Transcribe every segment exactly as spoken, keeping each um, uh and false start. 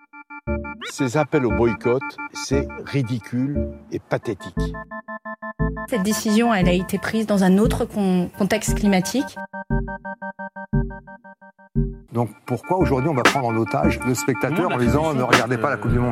Ces appels au boycott, c'est ridicule et pathétique. Cette décision, elle a été prise dans un autre con- contexte climatique. Donc pourquoi aujourd'hui on va prendre en otage le spectateur en disant ne regardez pas la Coupe du Monde ?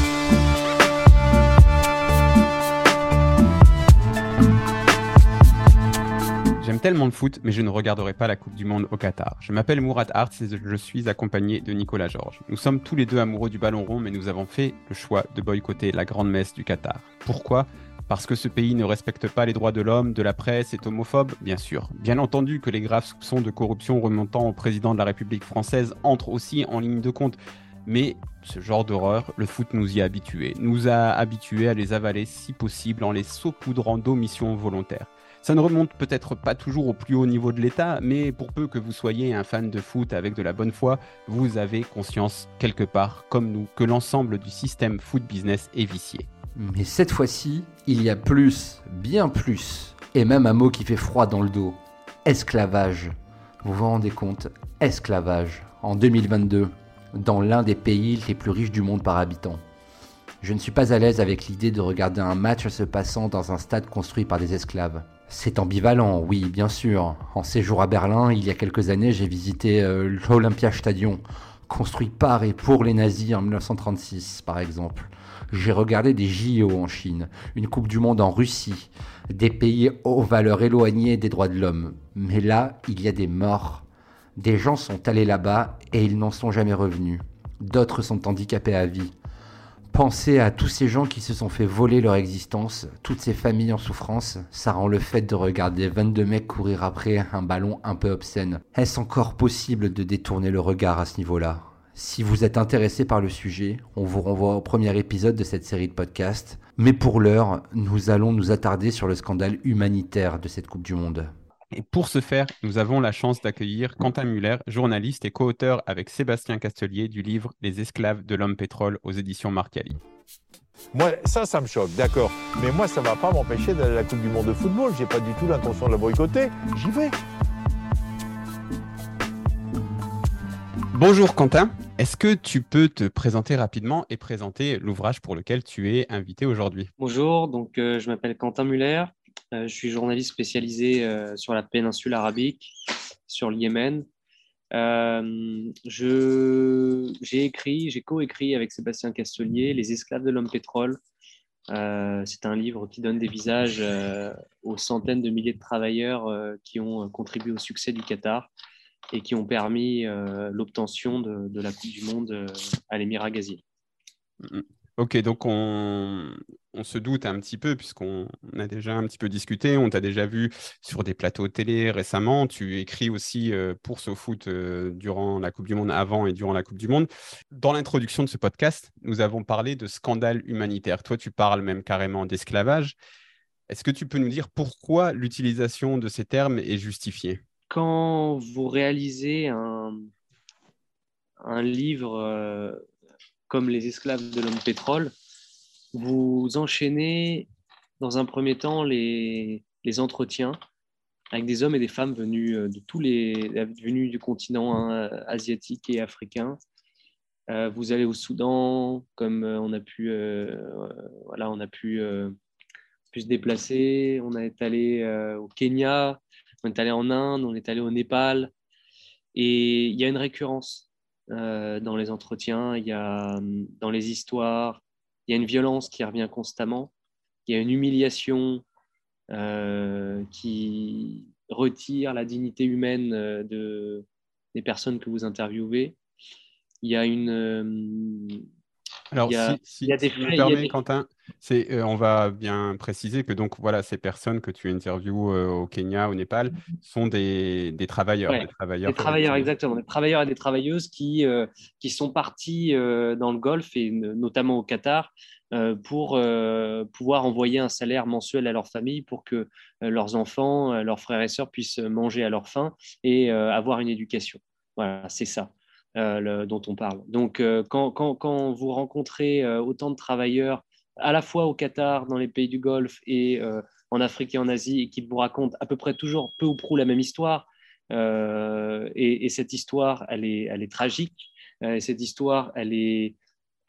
J'aime tellement le foot, mais je ne regarderai pas la Coupe du Monde au Qatar. Je m'appelle Mourad Arts et je suis accompagné de Nicolas Georges. Nous sommes tous les deux amoureux du ballon rond, mais nous avons fait le choix de boycotter la grande messe du Qatar. Pourquoi ? Parce que ce pays ne respecte pas les droits de l'homme, de la presse, est homophobe ? Bien sûr. Bien entendu que les graves soupçons de corruption remontant au président de la République française entrent aussi en ligne de compte. Mais ce genre d'horreur, le foot nous y a habitués. Nous a habitués à les avaler si possible en les saupoudrant d'omissions volontaires. Ça ne remonte peut-être pas toujours au plus haut niveau de l'État, mais pour peu que vous soyez un fan de foot avec de la bonne foi, vous avez conscience, quelque part, comme nous, que l'ensemble du système foot business est vicié. Mais cette fois-ci, il y a plus, bien plus, et même un mot qui fait froid dans le dos. Esclavage. Vous vous rendez compte ? Esclavage. En deux mille vingt-deux, dans l'un des pays les plus riches du monde par habitant. Je ne suis pas à l'aise avec l'idée de regarder un match se passant dans un stade construit par des esclaves. C'est ambivalent, oui, bien sûr. En séjour à Berlin, il y a quelques années, j'ai visité euh, l'Olympiastadion, construit par et pour les nazis en dix-neuf cent trente-six, par exemple. J'ai regardé des J O en Chine, une Coupe du Monde en Russie, des pays aux valeurs éloignées des droits de l'homme. Mais là, il y a des morts. Des gens sont allés là-bas et ils n'en sont jamais revenus. D'autres sont handicapés à vie. Pensez à tous ces gens qui se sont fait voler leur existence, toutes ces familles en souffrance, ça rend le fait de regarder vingt-deux mecs courir après un ballon un peu obscène. Est-ce encore possible de détourner le regard à ce niveau-là ? Si vous êtes intéressé par le sujet, on vous renvoie au premier épisode de cette série de podcasts. Mais pour l'heure, nous allons nous attarder sur le scandale humanitaire de cette Coupe du Monde. Et pour ce faire, nous avons la chance d'accueillir Quentin Muller, journaliste et co-auteur avec Sébastien Castelier du livre « Les esclaves de l'homme pétrole » aux éditions Marcali. Moi, ça, ça me choque, d'accord. Mais moi, ça ne va pas m'empêcher d'aller à la Coupe du Monde de football. Je n'ai pas du tout l'intention de la boycotter. J'y vais. Bonjour Quentin, est-ce que tu peux te présenter rapidement et présenter l'ouvrage pour lequel tu es invité aujourd'hui ? Bonjour, donc euh, je m'appelle Quentin Muller. Euh, je suis journaliste spécialisé euh, sur la péninsule arabique, sur le Yémen. Euh, je, j'ai écrit, j'ai co-écrit avec Sébastien Castelier Les esclaves de l'homme pétrole. Euh, c'est un livre qui donne des visages euh, aux centaines de milliers de travailleurs euh, qui ont contribué au succès du Qatar et qui ont permis euh, l'obtention de, de la Coupe du Monde euh, à l'Émirat Gazier. Ok, donc on, on se doute un petit peu, puisqu'on a déjà un petit peu discuté, on t'a déjà vu sur des plateaux télé récemment, tu écris aussi euh, pour SoFoot euh, durant la Coupe du Monde, avant et durant la Coupe du Monde. Dans l'introduction de ce podcast, nous avons parlé de scandale humanitaire. Toi, tu parles même carrément d'esclavage. Est-ce que tu peux nous dire pourquoi l'utilisation de ces termes est justifiée ? Quand vous réalisez un, un livre... Euh, comme Les esclaves de l'homme pétrole, vous enchaînez dans un premier temps les, les entretiens avec des hommes et des femmes venus de tous les venus du continent hein, asiatique et africain. Euh, vous allez au Soudan, comme on a pu, euh, voilà, on a pu, euh, pu se déplacer. On est allé euh, au Kenya, on est allé en Inde, on est allé au Népal, et il y a une récurrence. Euh, dans les entretiens, il y a dans les histoires, il y a une violence qui revient constamment, il y a une humiliation euh, qui retire la dignité humaine de, des personnes que vous interviewez. Il y a une... Euh, Alors, il y a, si, si, il y a des si tu faits, me permets, des... Quentin, c'est, euh, on va bien préciser que donc, voilà, ces personnes que tu interviews euh, au Kenya, au Népal, sont des, des travailleurs. Ouais, Des travailleurs, des travailleurs, qui... exactement. Des travailleurs et des travailleuses qui, euh, qui sont partis euh, dans le Golfe et n- notamment au Qatar euh, pour euh, pouvoir envoyer un salaire mensuel à leur famille pour que euh, leurs enfants, euh, leurs frères et sœurs puissent manger à leur faim et euh, avoir une éducation. Voilà, c'est ça euh, le, dont on parle. Donc, euh, quand, quand, quand vous rencontrez euh, autant de travailleurs, à la fois au Qatar, dans les pays du Golfe et euh, en Afrique et en Asie, et qui vous racontent à peu près toujours peu ou prou la même histoire, euh, et, et cette histoire, elle est, elle est tragique. Euh, cette histoire, elle est,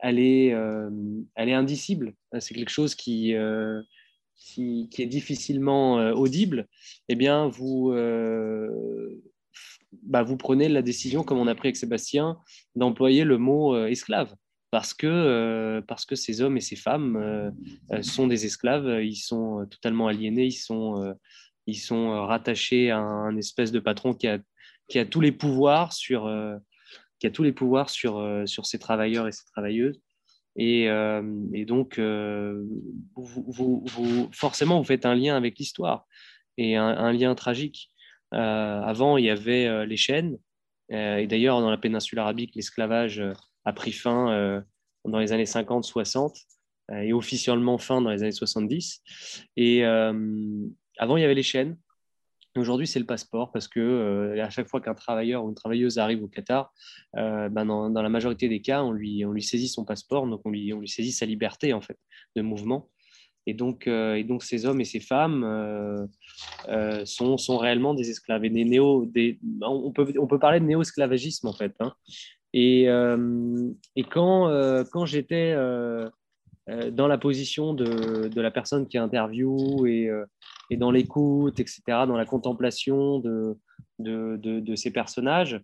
elle est, euh, elle est indicible. C'est quelque chose qui, euh, qui, qui est difficilement euh, audible. Eh bien, vous, euh, bah, vous prenez la décision, comme on a pris avec Sébastien, d'employer le mot euh, esclave. Parce que, euh, parce que ces hommes et ces femmes euh, euh, sont des esclaves, ils sont totalement aliénés, ils sont, euh, ils sont rattachés à un espèce de patron qui a, qui a tous les pouvoirs sur, euh, qui a tous les pouvoirs sur, euh, sur ces travailleurs et ces travailleuses. Et, euh, et donc, euh, vous, vous, vous, forcément, vous faites un lien avec l'histoire et un, un lien tragique. Euh, avant, il y avait euh, les chaînes. Euh, et d'ailleurs, dans la péninsule arabique, l'esclavage euh, a pris fin euh, dans les années cinquante soixante euh, et officiellement fin dans les années soixante-dix. Et euh, avant, il y avait les chaînes. Aujourd'hui, c'est le passeport parce que euh, à chaque fois qu'un travailleur ou une travailleuse arrive au Qatar, euh, ben dans, dans la majorité des cas, on lui, on lui saisit son passeport, donc on lui, on lui saisit sa liberté en fait de mouvement. Et donc, euh, et donc ces hommes et ces femmes euh, euh, sont, sont réellement des esclaves. Et des néo, des, on, peut, on peut parler de néo-esclavagisme en fait. Hein. Et, euh, et quand, euh, quand j'étais euh, euh, dans la position de, de la personne qui interviewe et, euh, et dans l'écoute, et cetera, dans la contemplation de, de, de, de ces personnages,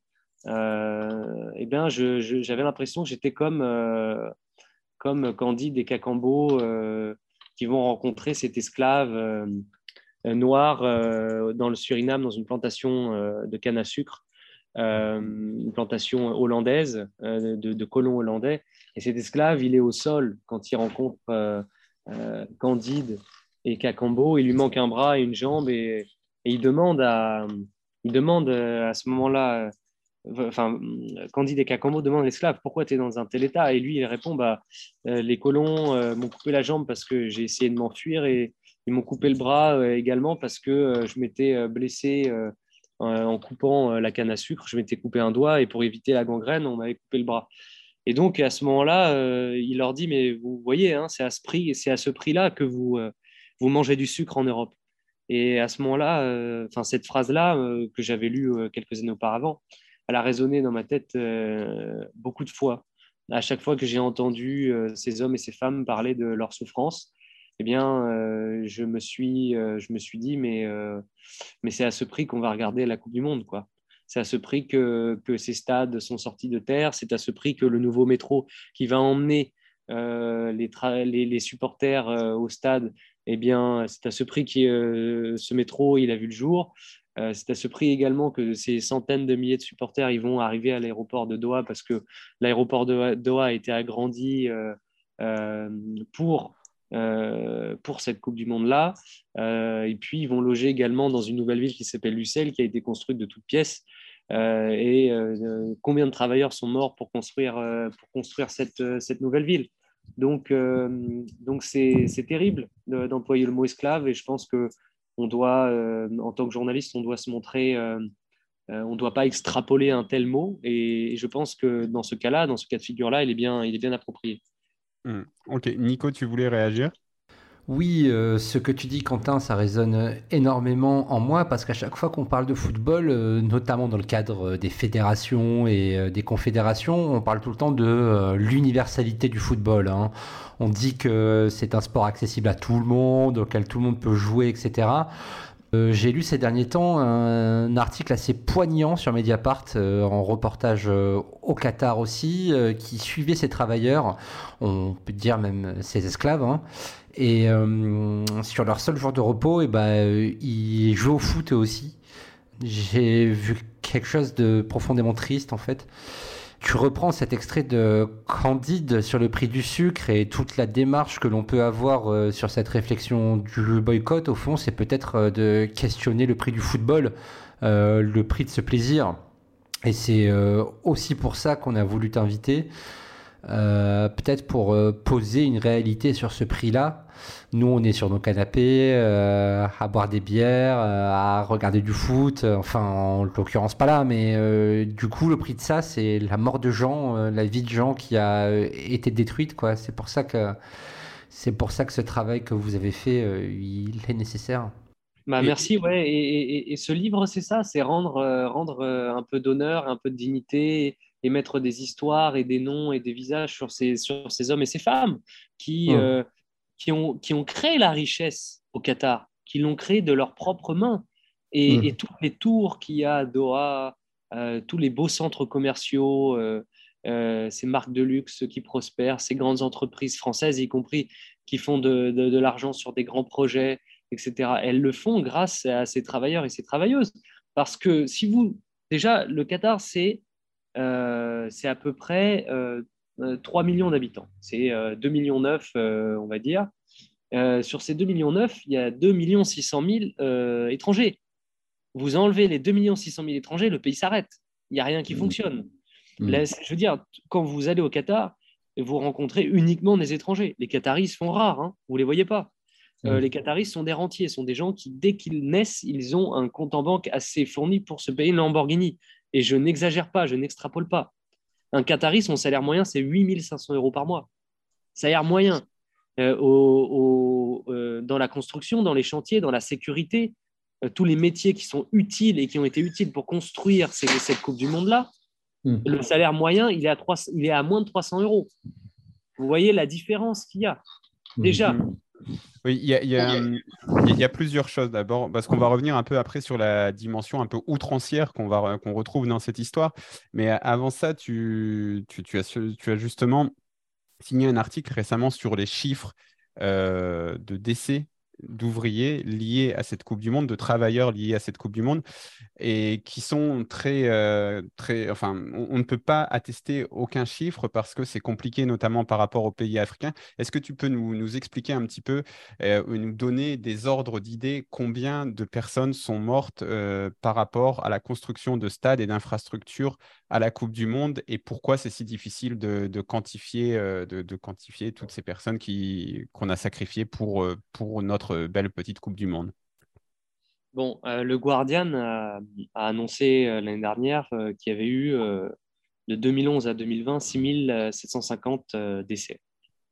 euh, eh bien, je, je, j'avais l'impression que j'étais comme, euh, comme Candide et Cacambo euh, qui vont rencontrer cet esclave euh, noir euh, dans le Suriname, dans une plantation euh, de canne à sucre. Euh, une plantation hollandaise, euh, de, de colons hollandais. Et cet esclave, il est au sol quand il rencontre euh, euh, Candide et Cacambo. Il lui manque un bras et une jambe et, et il demande à, il demande à ce moment-là, euh, enfin, Candide et Cacambo demandent à l'esclave pourquoi tu es dans un tel état. Et lui, il répond bah, euh, les colons euh, m'ont coupé la jambe parce que j'ai essayé de m'enfuir et ils m'ont coupé le bras euh, également parce que euh, je m'étais euh, blessé. Euh, en coupant la canne à sucre, je m'étais coupé un doigt et pour éviter la gangrène, on m'avait coupé le bras. Et donc, à ce moment-là, euh, il leur dit, mais vous voyez, hein, c'est à ce prix, c'est à ce prix-là que vous, euh, vous mangez du sucre en Europe. Et à ce moment-là, euh, cette phrase-là, euh, que j'avais lue euh, quelques années auparavant, elle a résonné dans ma tête euh, beaucoup de fois. À chaque fois que j'ai entendu euh, ces hommes et ces femmes parler de leur souffrance, eh bien, euh, je, me suis, euh, je me suis dit, mais, euh, mais c'est à ce prix qu'on va regarder la Coupe du Monde, quoi. C'est à ce prix que, que ces stades sont sortis de terre. C'est à ce prix que le nouveau métro qui va emmener euh, les, tra- les, les supporters euh, au stade, eh bien, c'est à ce prix que euh, ce métro il a vu le jour. Euh, c'est à ce prix également que ces centaines de milliers de supporters ils vont arriver à l'aéroport de Doha parce que l'aéroport de Doha a été agrandi euh, euh, pour Euh, pour cette Coupe du Monde-là. Euh, et puis, ils vont loger également dans une nouvelle ville qui s'appelle Lucelle, qui a été construite de toutes pièces. Euh, et euh, combien de travailleurs sont morts pour construire, euh, pour construire cette, cette nouvelle ville. Donc, euh, donc c'est, c'est terrible de, d'employer le mot esclave. Et je pense qu'on doit, euh, en tant que journaliste, on doit se montrer... Euh, euh, on ne doit pas extrapoler un tel mot. Et, et je pense que dans ce cas-là, dans ce cas de figure-là, il est bien, il est bien approprié. Mmh. Ok, Nico, tu voulais réagir? Oui, euh, ce que tu dis, Quentin, ça résonne énormément en moi parce qu'à chaque fois qu'on parle de football, euh, notamment dans le cadre des fédérations et euh, des confédérations, on parle tout le temps de euh, l'universalité du football. Hein. On dit que c'est un sport accessible à tout le monde, auquel tout le monde peut jouer, et cetera. Euh, j'ai lu ces derniers temps un article assez poignant sur Mediapart, euh, en reportage euh, au Qatar aussi, euh, qui suivait ces travailleurs, on peut dire même ces esclaves, hein, et euh, sur leur seul jour de repos, et ben, euh, ils jouent au foot eux aussi. J'ai vu quelque chose de profondément triste en fait. Tu reprends cet extrait de Candide sur le prix du sucre et toute la démarche que l'on peut avoir euh, sur cette réflexion du boycott, au fond, c'est peut-être euh, de questionner le prix du football, euh, le prix de ce plaisir. Et c'est euh, aussi pour ça qu'on a voulu t'inviter, euh, peut-être pour euh, poser une réalité sur ce prix-là. Nous, on est sur nos canapés, euh, à boire des bières, euh, à regarder du foot, euh, enfin, en l'occurrence pas là, mais euh, du coup, le prix de ça, c'est la mort de gens, euh, la vie de gens qui a euh, été détruite, quoi. C'est pour ça que, c'est pour ça que ce travail que vous avez fait, euh, il est nécessaire. Bah, Et- merci, ouais. Et, et- et ce livre, c'est ça, c'est rendre, euh, rendre euh, un peu d'honneur, un peu de dignité et mettre des histoires et des noms et des visages sur ces, sur ces hommes et ces femmes qui, Mmh. euh, qui, ont, qui ont créé la richesse au Qatar, qui l'ont créée de leurs propres mains. Et, Mmh. et tous les tours qu'il y a à Doha, euh, tous les beaux centres commerciaux, euh, euh, ces marques de luxe qui prospèrent, ces grandes entreprises françaises, y compris, qui font de, de, de l'argent sur des grands projets, et cetera. Elles le font grâce à ces travailleurs et ces travailleuses. Parce que si vous... Déjà, le Qatar, c'est euh, c'est à peu près euh, trois millions d'habitants. C'est euh, deux virgule neuf millions, euh, on va dire. Euh, sur ces deux virgule neuf millions, il y a deux millions six cent mille euh, étrangers. Vous enlevez les deux millions six cent mille étrangers, le pays s'arrête. Il n'y a rien qui fonctionne. Mmh. Là, je veux dire, quand vous allez au Qatar, vous rencontrez uniquement des étrangers. Les Qataris se font rares, hein, vous ne les voyez pas. Euh, Mmh. les Qataris sont des rentiers, sont des gens qui, dès qu'ils naissent, ils ont un compte en banque assez fourni pour se payer une Lamborghini. Et je n'exagère pas, je n'extrapole pas. Un Qatari, son salaire moyen, c'est huit mille cinq cents euros par mois. Salaire moyen. Euh, au, au, euh, dans la construction, dans les chantiers, dans la sécurité, euh, tous les métiers qui sont utiles et qui ont été utiles pour construire ces, cette Coupe du Monde-là, Mmh. le salaire moyen, il est, à trois, il est à moins de trois cents euros. Vous voyez la différence qu'il y a. Déjà, Mmh. Oui, il y a, il y a, hum, il y a- il y a plusieurs choses d'abord, parce qu'on va revenir un peu après sur la dimension un peu outrancière qu'on va, qu'on retrouve dans cette histoire. Mais avant ça, tu, tu, tu as, su- tu as justement signé un article récemment sur les chiffres euh, de décès d'ouvriers liés à cette Coupe du Monde, de travailleurs liés à cette Coupe du Monde, et qui sont très, euh, très, enfin, on, on ne peut pas attester aucun chiffre parce que c'est compliqué, notamment par rapport aux pays africains. Est-ce que tu peux nous, nous expliquer un petit peu, euh, ou nous donner des ordres d'idées, combien de personnes sont mortes euh, par rapport à la construction de stades et d'infrastructures à la Coupe du Monde, et pourquoi c'est si difficile de, de quantifier, euh, de, de quantifier toutes ces personnes qui, qu'on a sacrifiées pour, euh, pour notre belle petite Coupe du Monde? bon, euh, le Guardian a, a annoncé euh, l'année dernière euh, qu'il y avait eu, euh, de deux mille onze à deux mille vingt, six mille sept cent cinquante euh, décès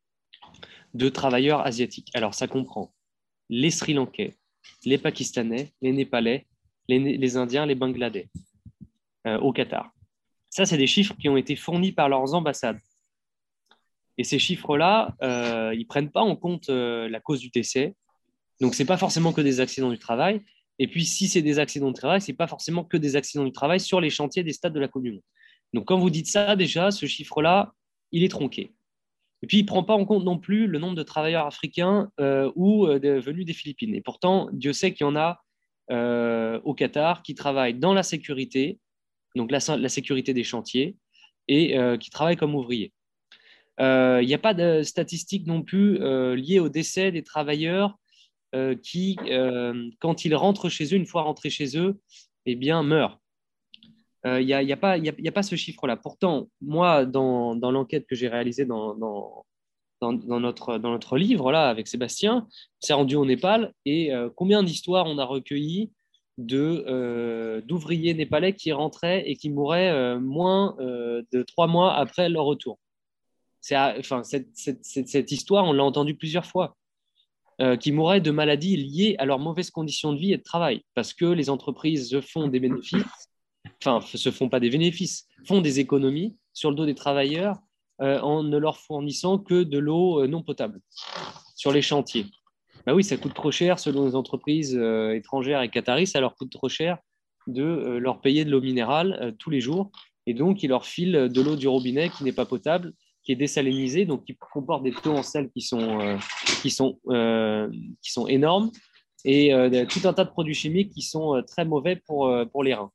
de travailleurs asiatiques. Alors, ça comprend les Sri Lankais, les Pakistanais, les Népalais, les, les Indiens, les Bangladais euh, au Qatar. Ça, c'est des chiffres qui ont été fournis par leurs ambassades. Et ces chiffres-là, euh, ils ne prennent pas en compte euh, la cause du décès. Donc, ce n'est pas forcément que des accidents du travail. Et puis, si c'est des accidents du travail, ce n'est pas forcément que des accidents du travail sur les chantiers des stades de la Coupe du Monde. Donc, quand vous dites ça, déjà, ce chiffre-là, il est tronqué. Et puis, il ne prend pas en compte non plus le nombre de travailleurs africains euh, ou euh, de, venus des Philippines. Et pourtant, Dieu sait qu'il y en a euh, au Qatar qui travaillent dans la sécurité, donc la, la sécurité des chantiers, et euh, qui travaillent comme ouvriers. Il euh, n'y a pas de statistiques non plus euh, liées au décès des travailleurs euh, qui, euh, quand ils rentrent chez eux, une fois rentrés chez eux, eh bien, meurent. Il euh, n'y a, y a, a, a pas ce chiffre-là. Pourtant, moi, dans, dans l'enquête que j'ai réalisée dans, dans, dans, dans, notre, dans notre livre, là, avec Sébastien, on s'est rendu au Népal, et euh, combien d'histoires on a recueillies de, euh, d'ouvriers népalais qui rentraient et qui mouraient euh, moins euh, de trois mois après leur retour. C'est, enfin, cette, cette, cette, cette histoire, on l'a entendue plusieurs fois, euh, qui mouraient de maladies liées à leurs mauvaises conditions de vie et de travail, parce que les entreprises font des bénéfices, enfin, se font pas des bénéfices, font des économies sur le dos des travailleurs euh, en ne leur fournissant que de l'eau euh, non potable sur les chantiers. Ben oui, ça coûte trop cher selon les entreprises euh, étrangères et qataris, ça leur coûte trop cher de euh, leur payer de l'eau minérale euh, tous les jours, et donc ils leur filent de l'eau du robinet qui n'est pas potable, qui est désalinisée, donc qui comporte des taux en sel qui sont, euh, qui sont, euh, qui sont énormes, et euh, tout un tas de produits chimiques qui sont euh, très mauvais pour, euh, pour les reins.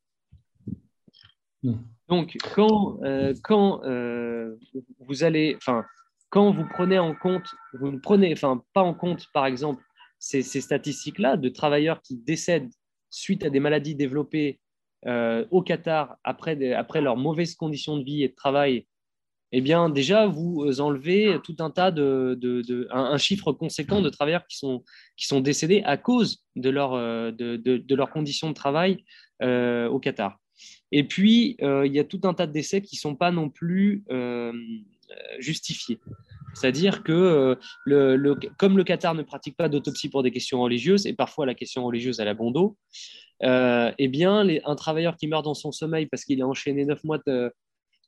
Mmh. Donc, quand, euh, quand euh, vous allez, enfin, quand vous prenez en compte, vous ne prenez, enfin, pas en compte, par exemple, ces, ces statistiques-là de travailleurs qui décèdent suite à des maladies développées euh, au Qatar après, des, après leurs mauvaises conditions de vie et de travail, eh bien, déjà, vous enlevez tout un tas de, de, de un, un chiffre conséquent de travailleurs qui sont, qui sont décédés à cause de, leur, de, de, de leurs conditions de travail euh, au Qatar. Et puis, euh, il y a tout un tas de décès qui ne sont pas non plus euh, justifiés. C'est-à-dire que, euh, le, le, comme le Qatar ne pratique pas d'autopsie pour des questions religieuses, et parfois la question religieuse elle a bon dos, euh, eh bien, les, un travailleur qui meurt dans son sommeil parce qu'il a enchaîné neuf mois de,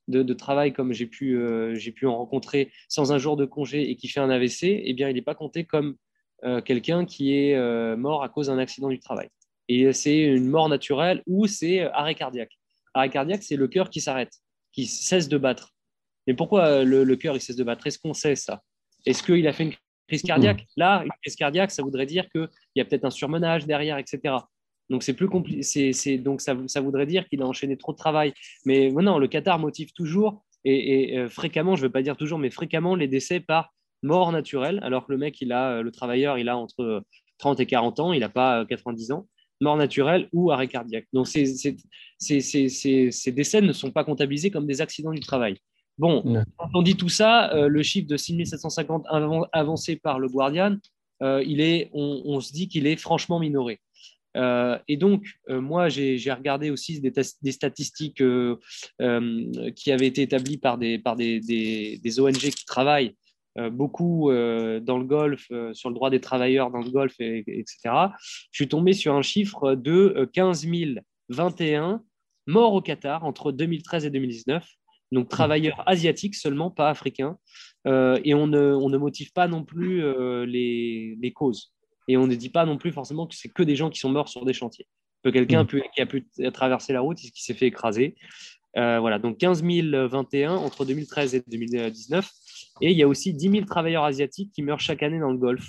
de, de travail comme j'ai pu, euh, j'ai pu en rencontrer sans un jour de congé et qui fait un A V C, eh bien, il n'est pas compté comme euh, quelqu'un qui est euh, mort à cause d'un accident du travail. Et c'est une mort naturelle ou c'est arrêt cardiaque. Arrêt cardiaque, c'est le cœur qui s'arrête, qui cesse de battre. Mais pourquoi le, le cœur il cesse de battre? Est-ce qu'on sait ça? Est-ce qu'il a fait une crise cardiaque? Là, une crise cardiaque, ça voudrait dire qu'il y a peut-être un surmenage derrière, et cetera. Donc, c'est plus compli- c'est, c'est, donc ça, ça voudrait dire qu'il a enchaîné trop de travail. Mais non, le Qatar motive toujours, et, et euh, fréquemment, je ne veux pas dire toujours, mais fréquemment, les décès par mort naturelle, alors que le mec, il a, le travailleur, il a entre trente et quarante ans, il n'a pas quatre-vingt-dix ans, mort naturelle ou arrêt cardiaque. Donc, ces, ces, ces, ces, ces, ces décès ne sont pas comptabilisés comme des accidents du travail. Bon, Ouais. quand on dit tout ça, euh, le chiffre de six mille sept cent cinquante avan- avancé par le Guardian, euh, il est, on, on se dit qu'il est franchement minoré. Euh, et donc, euh, moi, j'ai, j'ai regardé aussi des, tas- des statistiques euh, euh, qui avaient été établies par des, par des, des, des O N G qui travaillent euh, beaucoup euh, dans le Golfe, euh, sur le droit des travailleurs dans le Golfe, et- etc. Je suis tombé sur un chiffre de euh, quinze mille vingt et un morts au Qatar entre deux mille treize et deux mille dix-neuf. Donc, travailleurs asiatiques seulement, pas africains. Euh, et on ne, on ne motive pas non plus euh, les, les causes. Et on ne dit pas non plus forcément que c'est que des gens qui sont morts sur des chantiers. Que quelqu'un a pu- qui a pu traverser la route et qui s'est fait écraser. Euh, voilà, donc quinze mille vingt et un entre deux mille treize et deux mille dix-neuf. Et il y a aussi dix mille travailleurs asiatiques qui meurent chaque année dans le Golfe.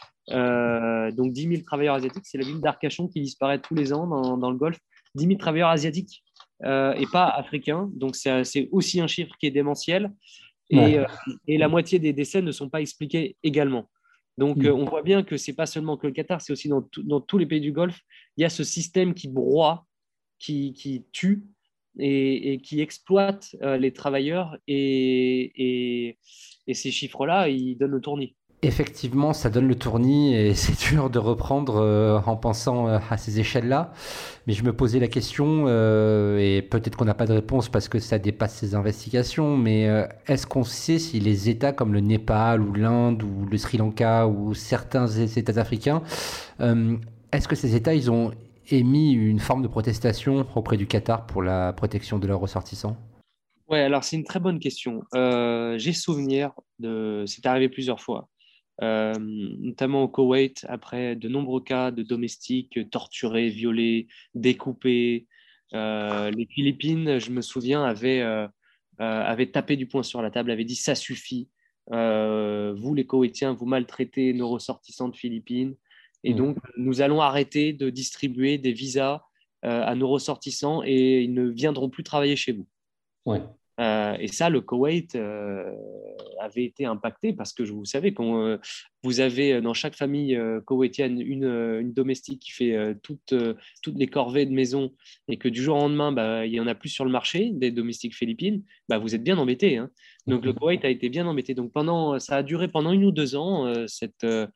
Euh, donc dix mille travailleurs asiatiques, c'est la ville d'Arcachon qui disparaît tous les ans dans, dans le Golfe. dix mille travailleurs asiatiques euh, et pas africains. Donc c'est c'est aussi un chiffre qui est démentiel. Et, Ouais. euh, et la moitié des décès ne sont pas expliqués également. Donc, Mm. euh, on voit bien que c'est pas seulement que le Qatar, c'est aussi dans, tout- dans tous les pays du Golfe, il y a ce système qui broie, qui, qui tue et, et qui exploite euh, les travailleurs. Et, et, et ces chiffres-là, ils donnent le tournis. Effectivement, ça donne le tournis et c'est dur de reprendre euh, en pensant euh, à ces échelles-là. Mais je me posais la question, euh, et peut-être qu'on n'a pas de réponse parce que ça dépasse ces investigations, mais euh, est-ce qu'on sait si les États comme le Népal ou l'Inde ou le Sri Lanka ou certains États africains, euh, est-ce que ces États, ils ont émis une forme de protestation auprès du Qatar pour la protection de leurs ressortissants? Ouais, alors c'est une très bonne question. Euh, j'ai souvenir de, c'est arrivé plusieurs fois, euh, notamment au Koweït, après de nombreux cas de domestiques torturés, violés, découpés. Euh, les Philippines, je me souviens, avaient, euh, euh, avaient tapé du poing sur la table, avaient dit ça suffit. Euh, vous, les Koweïtiens, vous maltraitez nos ressortissants de Philippines. Et Mm. donc, nous allons arrêter de distribuer des visas euh, à nos ressortissants et ils ne viendront plus travailler chez vous. Ouais. Euh, et ça, le Koweït euh, avait été impacté parce que vous savez, quand euh, vous avez dans chaque famille euh, koweïtienne une, euh, une domestique qui fait euh, toutes, euh, toutes les corvées de maison et que du jour au lendemain, bah, il n'y en a plus sur le marché des domestiques philippines, bah, vous êtes bien embêtés, hein. Donc le Koweït a été bien embêté. Donc pendant, ça a duré pendant une ou deux ans, euh, cette, euh,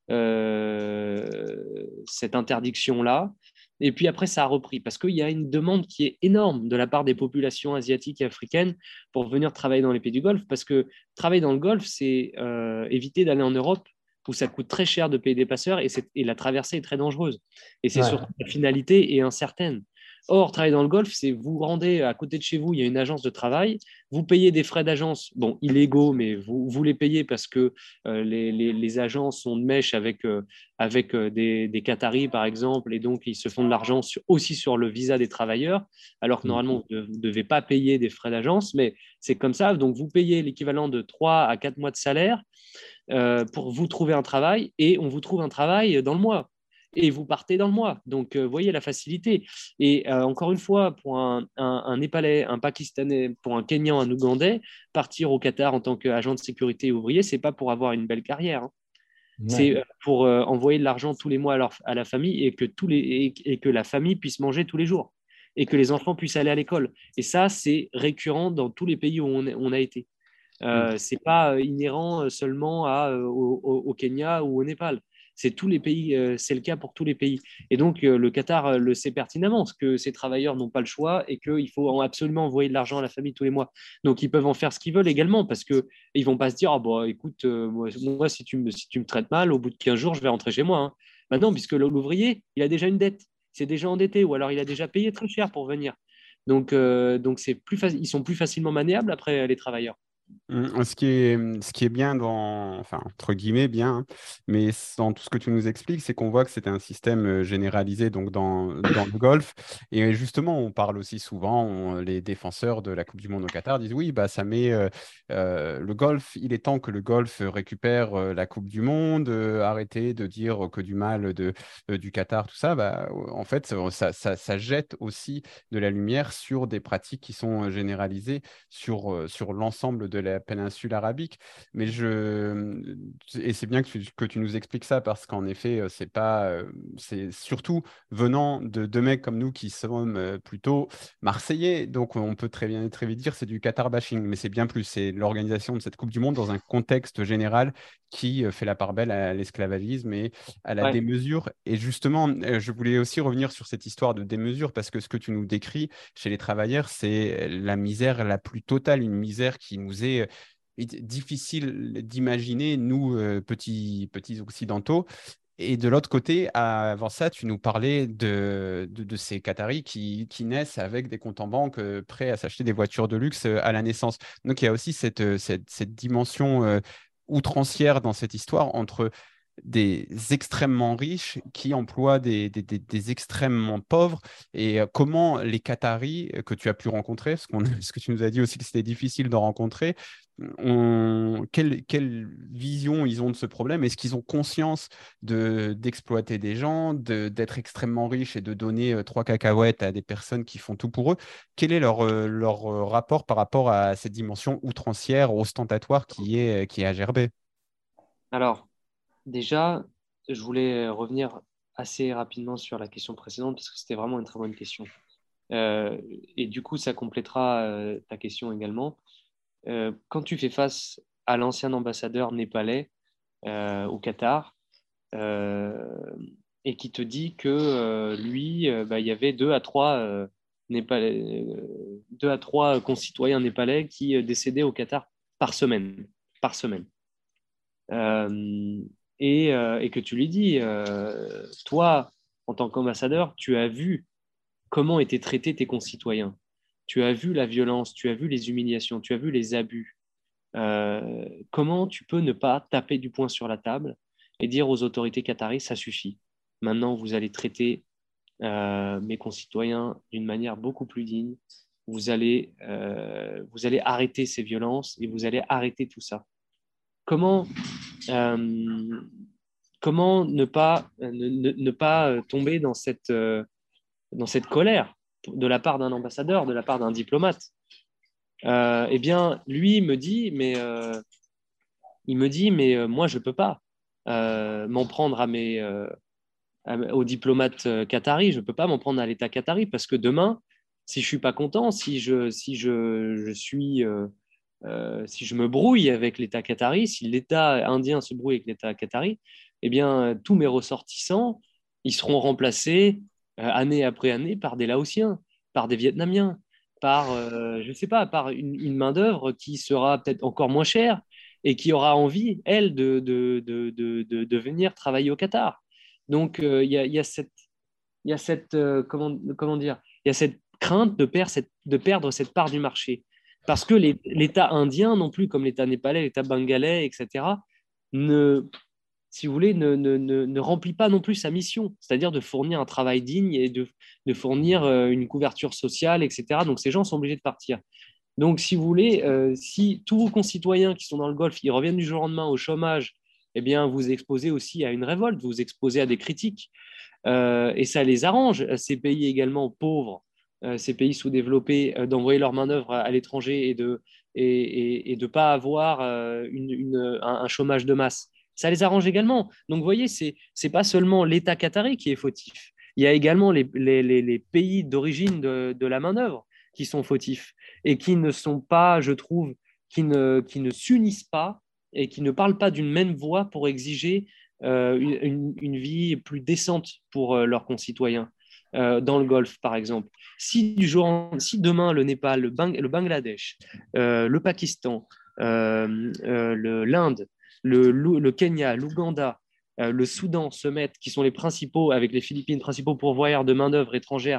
euh, cette interdiction-là. Et puis après, ça a repris parce qu'il y a une demande qui est énorme de la part des populations asiatiques et africaines pour venir travailler dans les pays du Golfe. Parce que travailler dans le Golfe, c'est euh, éviter d'aller en Europe où ça coûte très cher de payer des passeurs et, et la traversée est très dangereuse. Et c'est Ouais. surtout la finalité est incertaine. Or, travailler dans le Golfe, c'est vous vous rendez à côté de chez vous, il y a une agence de travail, vous payez des frais d'agence, bon, illégaux, mais vous, vous les payez parce que euh, les, les, les agences sont de mèche avec, euh, avec euh, des, des Qataris, par exemple, et donc ils se font de l'argent sur- aussi sur le visa des travailleurs, alors que Mm. normalement, vous ne devez pas payer des frais d'agence, mais c'est comme ça. Donc, vous payez l'équivalent de trois à quatre mois de salaire euh, pour vous trouver un travail, et on vous trouve un travail dans le mois. Et vous partez dans le mois. Donc, vous euh, voyez la facilité. Et euh, encore une fois, pour un, un, un Népalais, un Pakistanais, pour un Kenyan, un Ougandais, partir au Qatar en tant qu'agent de sécurité ouvrier, c'est pas pour avoir une belle carrière, hein. C'est Ouais. pour euh, envoyer de l'argent tous les mois à, leur, à la famille et que, tous les, et, et que la famille puisse manger tous les jours et que les enfants puissent aller à l'école. Et ça, c'est récurrent dans tous les pays où on, on a été. Euh, Mm. c'est pas inhérent seulement à, euh, au, au, Kenya ou au Népal. C'est tous les pays, euh, c'est le cas pour tous les pays. Et donc, euh, le Qatar euh, le sait pertinemment, que ces travailleurs n'ont pas le choix et qu'il faut absolument envoyer de l'argent à la famille tous les mois. Donc, ils peuvent en faire ce qu'ils veulent également parce qu'ils ne vont pas se dire ah, bon, écoute, euh, moi, moi, si, tu me, si tu me traites mal, au bout de quinze jours, je vais rentrer chez moi, hein. Maintenant, puisque l'ouvrier, il a déjà une dette, c'est déjà endetté ou alors il a déjà payé très cher pour venir. Donc, euh, donc c'est plus faci- ils sont plus facilement maniables après les travailleurs. Hum, Ce qui est, ce qui est bien dans, enfin, entre guillemets, bien, hein, mais dans tout ce que tu nous expliques, c'est qu'on voit que c'était un système euh, généralisé donc dans, dans le golf. Et justement, on parle aussi souvent, on- les défenseurs de la Coupe du Monde au Qatar disent oui, bah, ça met euh, euh, le golf, il est temps que le golf récupère euh, la Coupe du Monde, euh, arrêtez de dire que du mal de, euh, du Qatar, tout ça. Bah, en fait, ça, ça, ça jette aussi de la lumière sur des pratiques qui sont euh, généralisées sur, euh, sur l'ensemble de la péninsule arabique. Mais je... Et c'est bien que tu, que tu nous expliques ça parce qu'en effet, euh, c'est pas... euh, c'est surtout venant de deux mecs comme nous qui sommes euh, plutôt marseillais. Donc on peut très bien, très vite dire c'est du Qatar bashing. Mais c'est bien plus. C'est l'organisation de cette Coupe du Monde dans un contexte général qui euh, fait la part belle à l'esclavagisme et à la Ouais. démesure. Et justement, euh, je voulais aussi revenir sur cette histoire de démesure parce que ce que tu nous décris chez les travailleurs, c'est la misère la plus totale, une misère qui nous est euh, difficile d'imaginer, nous, euh, petits, petits occidentaux. Et de l'autre côté, avant ça, tu nous parlais de, de, de ces Qataris qui, qui naissent avec des comptes en banque euh, prêts à s'acheter des voitures de luxe euh, à la naissance. Donc il y a aussi cette, euh, cette, cette dimension euh, outrancière dans cette histoire entre des extrêmement riches qui emploient des, des, des- des extrêmement pauvres et euh, comment les Qataris euh, que tu as pu rencontrer, parce, qu'on, parce que tu nous as dit aussi que c'était difficile d'en rencontrer, ont, quelle, quelle vision ils ont de ce problème? Est-ce qu'ils ont conscience de, d'exploiter des gens, de, d'être extrêmement riches et de donner euh, trois cacahuètes à des personnes qui font tout pour eux? Quel est leur, euh, leur euh, rapport par rapport à cette dimension outrancière, ostentatoire qui est, qui est à gerber? Alors, déjà, je voulais revenir assez rapidement sur la question précédente parce que c'était vraiment une très bonne question. Euh, et du coup, ça complétera euh, ta question également. Euh, quand tu fais face à l'ancien ambassadeur népalais euh, au Qatar euh, et qui te dit que euh, lui, euh, bah, il y avait deux à trois, euh, Népalais, euh, deux à trois concitoyens népalais qui euh, décédaient au Qatar par semaine, par semaine. Euh, et, euh, et que tu lui dis, euh, toi, en tant qu'ambassadeur, tu as vu comment étaient traités tes concitoyens. Tu as vu la violence, tu as vu les humiliations, tu as vu les abus. Euh, comment tu peux ne pas taper du poing sur la table et dire aux autorités qataries, ça suffit. Maintenant, vous allez traiter euh, mes concitoyens d'une manière beaucoup plus digne. Vous allez, euh, vous allez arrêter ces violences et vous allez arrêter tout ça. Comment, euh, comment ne pas, ne, ne, ne pas tomber dans cette, euh, dans cette colère de la part d'un ambassadeur, de la part d'un diplomate? Euh, eh bien, lui me dit, mais euh, il me dit, mais euh, moi, je ne peux pas euh, m'en prendre à mes, euh, à- aux diplomates euh, qataris, je ne peux pas m'en prendre à l'État qatari parce que demain, si je ne suis pas content, si je, si je, je suis, euh, euh, si je me brouille avec l'État qatari, si l'État indien se brouille avec l'État qatari, eh bien, tous mes ressortissants, ils seront remplacés euh, année après année par des Laotiens, par des Vietnamiens, par, euh, je ne sais pas, par une, une main-d'œuvre qui sera peut-être encore moins chère et qui aura envie, elle, de, de, de, de, de, de venir travailler au Qatar. Donc, euh, il y, a, y a cette, y a cette euh, comment, comment dire, il y a cette crainte de perdre cette, de perdre cette part du marché. Parce que les- l'État indien, non plus comme l'État népalais, l'État bengalais, et cetera, ne, si vous voulez, ne, ne, ne, ne remplit pas non plus sa mission, c'est-à-dire de fournir un travail digne et de, de fournir euh, une couverture sociale, et cetera. Donc, ces gens sont obligés de partir. Donc, si vous voulez, euh, si tous vos concitoyens qui sont dans le Golfe, ils reviennent du jour au lendemain au chômage, eh bien, vous exposez aussi à une révolte, vous exposez à des critiques. Euh, et ça les arrange, ces pays également pauvres, euh, ces pays sous-développés, euh, d'envoyer leur main-d'œuvre à, à l'étranger et de et, et, et de pas avoir euh, une, une, un, un chômage de masse. Ça les arrange également. Donc, vous voyez, c'est c'est pas seulement l'État qatari qui est fautif. Il y a également les, les, les, les pays d'origine de, de la main-d'œuvre qui sont fautifs et qui ne sont pas, je trouve, qui ne, qui ne s'unissent pas et qui ne parlent pas d'une même voix pour exiger euh, une, une, vie plus décente pour euh, leurs concitoyens. Euh, dans le Golfe, par exemple. Si, du jour en, si demain, le Népal, le, Bang, le Bangladesh, euh, le Pakistan, euh, euh, le, l'Inde, le, le Kenya, l'Ouganda, euh, le Soudan se mettent, qui sont les principaux, avec les Philippines, principaux pourvoyeurs de main-d'œuvre étrangère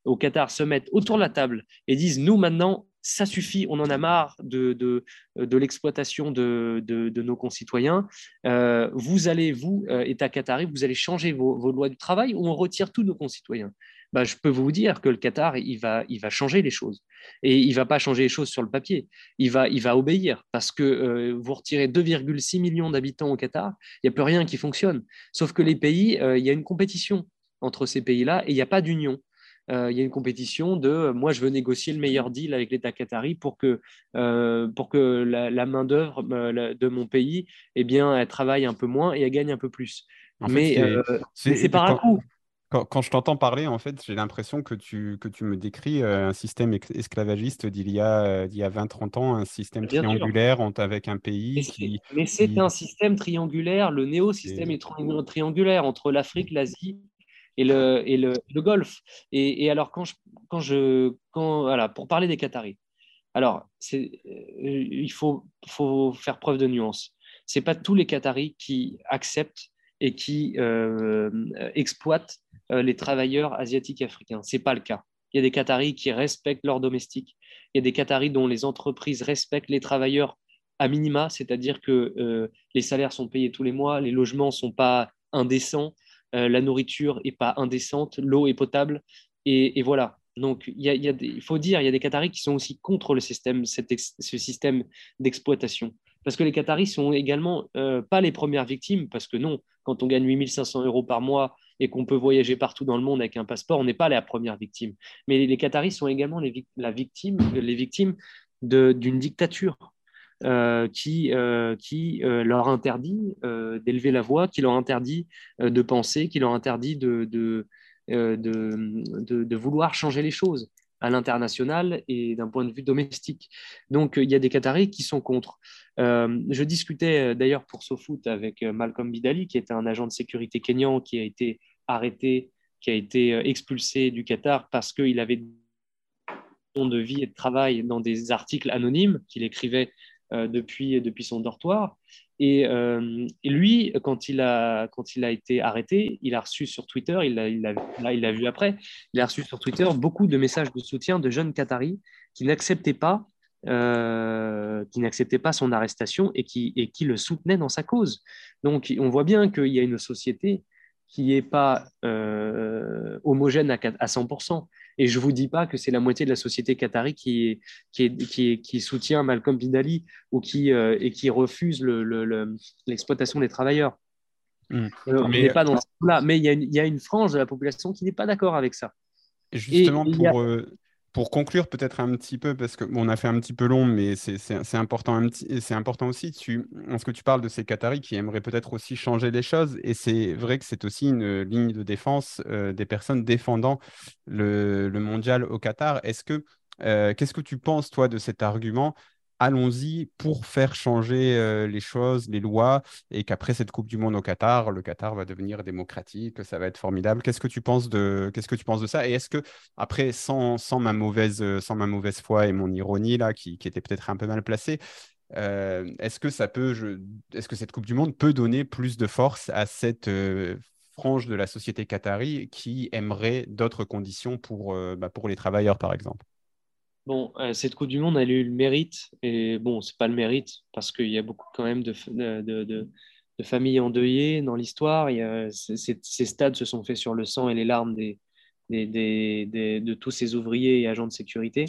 au Qatar se mettent autour de la table et disent nous maintenant, ça suffit, on en a marre de, de, de l'exploitation de, de, de nos concitoyens. Euh, vous allez, vous, euh, État qatari, vous allez changer vos, vos lois du travail ou on retire tous nos concitoyens. Ben, je peux vous dire que le Qatar, il va, il va changer les choses. Et il ne va pas changer les choses sur le papier. Il va, il va obéir parce que euh, vous retirez deux virgule six millions d'habitants au Qatar, il n'y a plus rien qui fonctionne. Sauf que les pays, euh, il y a une compétition entre ces pays-là et il n'y a pas d'union. Euh, il y a une compétition de euh, moi je veux négocier le meilleur deal avec l'État qatari pour que, euh, pour que la, la main-d'œuvre euh, de mon pays eh bien, elle travaille un peu moins et elle gagne un peu plus. En fait, Mais, c'est, euh, c'est- mais c'est par un quand, coup. quand, quand je t'entends parler, en fait, j'ai l'impression que tu, que tu me décris euh, un système ex- esclavagiste d'il y a, euh, d'il y a vingt trente ans, un système Bien sûr. triangulaire en- avec un Mais pays c'est, qui, mais c'est qui, un système triangulaire. Le néo-système et- est tri- triangulaire entre l'Afrique, l'Asie et le, et le, le Golfe. Et, et alors, quand je, quand je, quand, voilà, pour parler des Qataris, alors, c'est, euh, il faut, faut faire preuve de nuance. Ce n'est pas tous les Qataris qui acceptent et qui euh, exploitent euh, les travailleurs asiatiques et africains. Ce n'est pas le cas. Il y a des Qataris qui respectent leurs domestiques. Il y a des Qataris dont les entreprises respectent les travailleurs à minima, c'est-à-dire que euh, les salaires sont payés tous les mois, les logements ne sont pas indécents, euh, la nourriture n'est pas indécente, l'eau est potable. Et, et voilà. Donc, il, y a, il, y a des, il faut dire, il y a des Qataris qui sont aussi contre le système, cet ex, ce système d'exploitation. Parce que les Qataris sont également euh, pas les premières victimes, parce que non, quand on gagne huit mille cinq cents euros par mois et qu'on peut voyager partout dans le monde avec un passeport, on n'est pas la première victime. Mais les, les Qataris sont également les, la victime, les victimes de, d'une dictature. Euh, qui, euh, qui euh, leur interdit euh, d'élever la voix, qui leur interdit euh, de penser, qui leur interdit de, de, euh, de, de, de vouloir changer les choses à l'international et d'un point de vue domestique. Donc, il y a des Qataris qui sont contre. Euh, je discutais d'ailleurs pour SoFoot avec Malcolm Bidali, qui était un agent de sécurité kényan qui a été arrêté, qui a été expulsé du Qatar parce qu'il avait de vie et de travail dans des articles anonymes qu'il écrivait euh, depuis, depuis son dortoir. Et, euh, et lui, quand il, a, quand il a été arrêté, il a reçu sur Twitter, il l'a il a, là, il l'a vu après, il a reçu sur Twitter beaucoup de messages de soutien de jeunes Qataris qui n'acceptaient pas, euh, qui n'acceptaient pas son arrestation et qui, et qui le soutenaient dans sa cause. Donc, on voit bien qu'il y a une société qui n'est pas euh, homogène à, à cent pour cent. Et je ne vous dis pas que c'est la moitié de la société qatari qui, est, qui, est, qui, est, qui soutient Malcolm Bin Ali ou qui, euh, et qui refuse le, le, le, l'exploitation des travailleurs. Mmh. Euh, on Mais n'est pas dans ce là, mais il y, a une, il y a une frange de la population qui n'est pas d'accord avec ça. justement, Et pour, a... euh, pour conclure peut-être un petit peu, parce qu'on bon, a fait un petit peu long, mais c'est, c'est, c'est important, un petit, c'est important aussi, tu, en ce que tu parles de ces Qataris qui aimeraient peut-être aussi changer les choses, et c'est vrai que c'est aussi une ligne de défense euh, des personnes défendant le, le mondial au Qatar. Est-ce que, euh, qu'est-ce que tu penses, toi, de cet argument? Allons-y pour faire changer euh, les choses, les lois, et qu'après cette Coupe du Monde au Qatar, le Qatar va devenir démocratique, que ça va être formidable. Qu'est-ce que tu penses de, qu'est-ce que tu penses de ça? Et est-ce que, après, sans, sans, ma mauvaise, sans ma mauvaise foi et mon ironie, là, qui, qui était peut-être un peu mal placée, euh, est-ce que ça peut, je, est-ce que cette Coupe du Monde peut donner plus de force à cette euh, frange de la société qatari qui aimerait d'autres conditions pour, euh, bah, pour les travailleurs, par exemple? Bon, euh, cette Coupe du Monde, elle a eu le mérite, et bon, c'est pas le mérite, parce qu'il y a beaucoup quand même de, de, de, de familles endeuillées dans l'histoire. Il y a, ces, ces stades se sont faits sur le sang et les larmes des, des, des, des, de tous ces ouvriers et agents de sécurité.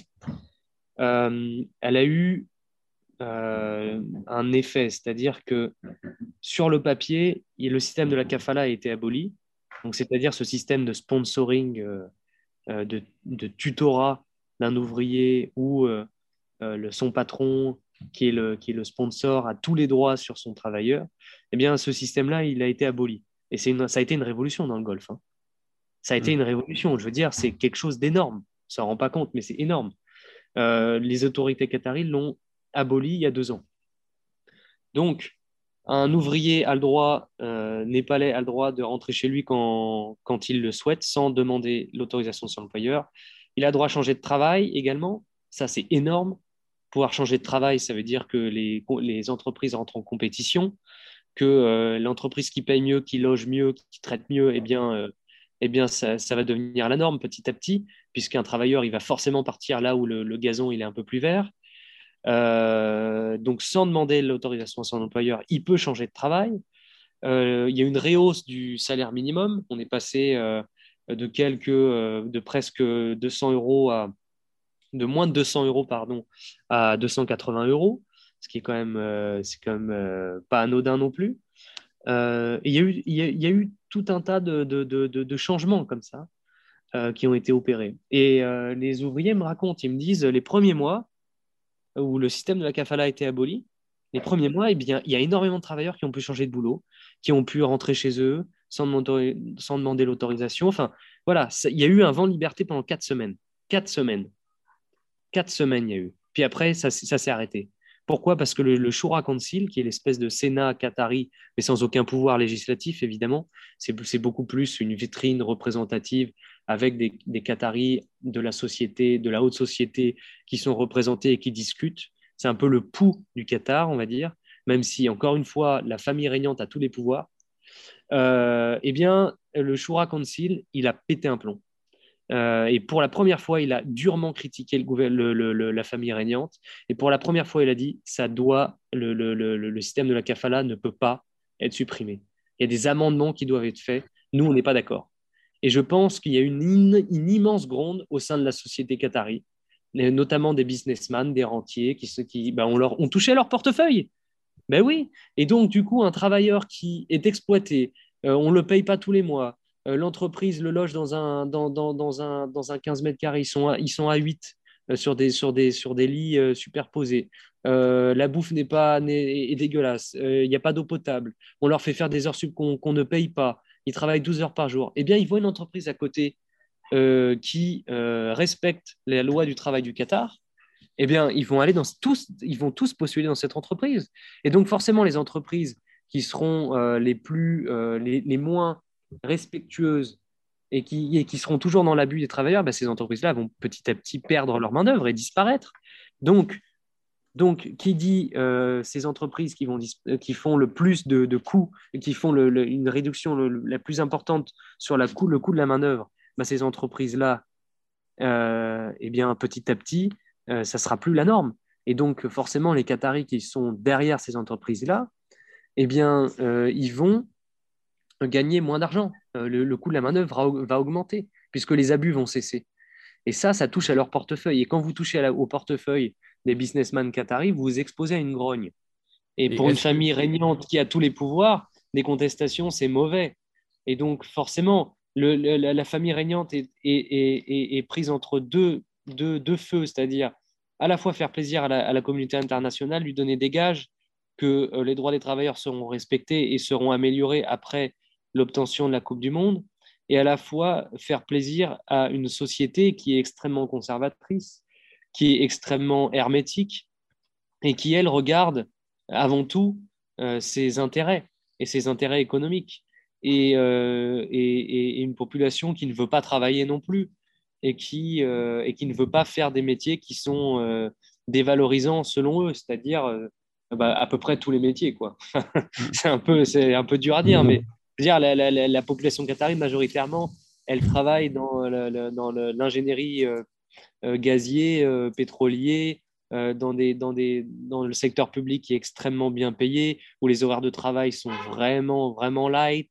Euh, elle a eu euh, un effet, c'est-à-dire que sur le papier, le système de la kafala a été aboli, donc c'est-à-dire ce système de sponsoring, euh, de, de tutorat d'un ouvrier où euh, euh, le, son patron, qui est, le, qui est le sponsor, a tous les droits sur son travailleur, eh bien, ce système-là, il a été aboli. Et c'est une, ça a été une révolution dans le Golfe. Hein. Ça a été une révolution. Je veux dire, c'est quelque chose d'énorme. On ne s'en rend pas compte, mais c'est énorme. Euh, les autorités qataries l'ont aboli il y a deux ans. Donc, un ouvrier a le droit, euh, népalais a le droit de rentrer chez lui quand, quand il le souhaite, sans demander l'autorisation de son employeur. Il a le droit de changer de travail également. Ça, c'est énorme. Pouvoir changer de travail, ça veut dire que les, les entreprises rentrent en compétition, que euh, l'entreprise qui paye mieux, qui loge mieux, qui traite mieux, eh bien, euh, eh bien ça, ça va devenir la norme petit à petit. puisqu'un travailleur, il va forcément partir là où le, le gazon il est un peu plus vert. Euh, donc, sans demander l'autorisation à son employeur, il peut changer de travail. Euh, il y a une réhausse du salaire minimum. On est passé euh, de quelques, euh, de presque deux cents euros à, de moins de deux cents euros, pardon, à deux cent quatre-vingts euros, ce qui est quand même, euh, c'est quand même euh, pas anodin non plus. Euh, et il y a eu, il y a, il y a eu tout un tas de, de, de, de changements comme ça euh, qui ont été opérés. Et euh, les ouvriers me racontent, ils me disent, les premiers mois où le système de la kafala a été aboli, les premiers mois, eh bien, il y a énormément de travailleurs qui ont pu changer de boulot, qui ont pu rentrer chez eux sans demander, sans demander l'autorisation. Enfin, voilà, ça, il y a eu un vent de liberté pendant quatre semaines. Quatre semaines. Quatre semaines, il y a eu. Puis après, ça, ça s'est arrêté. Pourquoi? Parce que le, le Shura Council, qui est l'espèce de Sénat qatari, mais sans aucun pouvoir législatif, évidemment, c'est, c'est beaucoup plus une vitrine représentative avec des, des Qataris de la société, de la haute société, qui sont représentés et qui discutent. C'est un peu le pouls du Qatar, on va dire, même si, encore une fois, la famille régnante a tous les pouvoirs. Euh, eh bien, le Shura Council, il a pété un plomb. Euh, et pour la première fois, il a durement critiqué le gouver- le- le- le- la famille régnante. Et pour la première fois, il a dit ça doit, le, le- le- le système de la kafala ne peut pas être supprimé. Il y a des amendements qui doivent être faits. Nous, on n'est pas d'accord. Et je pense qu'il y a une, in- une immense gronde au sein de la société qatari, et notamment des businessmen, des rentiers, qui, se- qui ben, on, leur, on touchait leur portefeuille. Ben oui. Et donc, du coup, un travailleur qui est exploité, euh, on ne le paye pas tous les mois. Euh, l'entreprise le loge dans un, dans, dans, dans un, dans un quinze mètres carrés. Ils sont à, ils sont à huit euh, sur, des, sur, des, sur des lits euh, superposés. Euh, la bouffe n'est pas, n'est, est dégueulasse. Il n'y a pas d'eau potable. On leur fait faire des heures sup qu'on, qu'on ne paye pas. Ils travaillent douze heures par jour. Eh bien, ils voient une entreprise à côté euh, qui euh, respecte la loi du travail du Qatar. Eh bien, ils vont aller dans tous, ils vont tous postuler dans cette entreprise. Et donc, forcément, les entreprises qui seront euh, les plus, euh, les, les moins respectueuses et qui, et qui seront toujours dans l'abus des travailleurs, ben, ces entreprises-là vont petit à petit perdre leur main-d'œuvre et disparaître. Donc, donc qui dit euh, ces entreprises qui, vont dis- qui font le plus de, de coûts, et qui font le, le, une réduction le, la plus importante sur la coût, le coût de la main-d'œuvre, ben, ces entreprises-là, euh, eh bien, petit à petit, euh, ça ne sera plus la norme. Et donc, forcément, les Qataris qui sont derrière ces entreprises-là, eh bien, euh, ils vont gagner moins d'argent. Euh, le, le coût de la main-d'œuvre va, va augmenter, puisque les abus vont cesser. Et ça, ça touche à leur portefeuille. Et quand vous touchez à la, au portefeuille des businessmen qataris, vous vous exposez à une grogne. Et, Et pour une est-ce que- famille régnante qui a tous les pouvoirs, des contestations, c'est mauvais. Et donc, forcément, le, le- la, la famille régnante est, est, est, est- est prise entre deux, deux, deux feux, c'est-à-dire à la fois faire plaisir à la, à la communauté internationale, lui donner des gages que euh, les droits des travailleurs seront respectés et seront améliorés après l'obtention de la Coupe du Monde, et à la fois faire plaisir à une société qui est extrêmement conservatrice, qui est extrêmement hermétique, et qui, elle, regarde avant tout euh, ses intérêts et ses intérêts économiques. Et, euh, et, et une population qui ne veut pas travailler non plus et qui, euh, et qui ne veut pas faire des métiers qui sont euh, dévalorisants selon eux, c'est-à-dire euh, bah, à peu près tous les métiers, quoi. c'est, un peu, c'est un peu dur à dire, mais je veux dire, la, la, la, la population qatari, majoritairement, elle travaille dans, le, le, dans le, l'ingénierie euh, euh, gazier, euh, pétrolier, euh, dans, des, dans, des, dans le secteur public qui est extrêmement bien payé, où les horaires de travail sont vraiment, vraiment light.